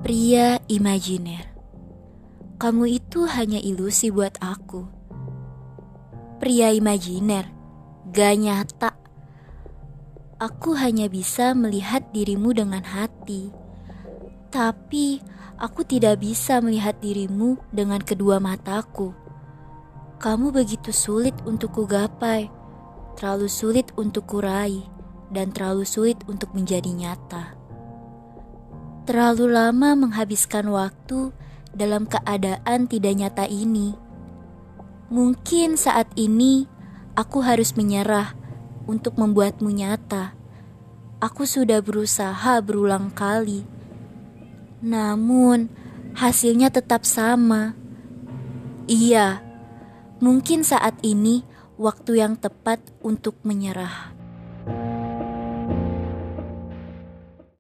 Pria imajiner. Kamu itu hanya ilusi buat aku. Pria imajiner, gak nyata. Aku hanya bisa melihat dirimu dengan hati. Tapi aku tidak bisa melihat dirimu dengan kedua mataku. Kamu begitu sulit untuk kugapai, terlalu sulit untuk kurai, dan terlalu sulit untuk menjadi nyata. Terlalu lama menghabiskan waktu dalam keadaan tidak nyata ini. Mungkin saat ini aku harus menyerah untuk membuatmu nyata. Aku sudah berusaha berulang kali, namun hasilnya tetap sama. Iya, mungkin saat ini waktu yang tepat untuk menyerah.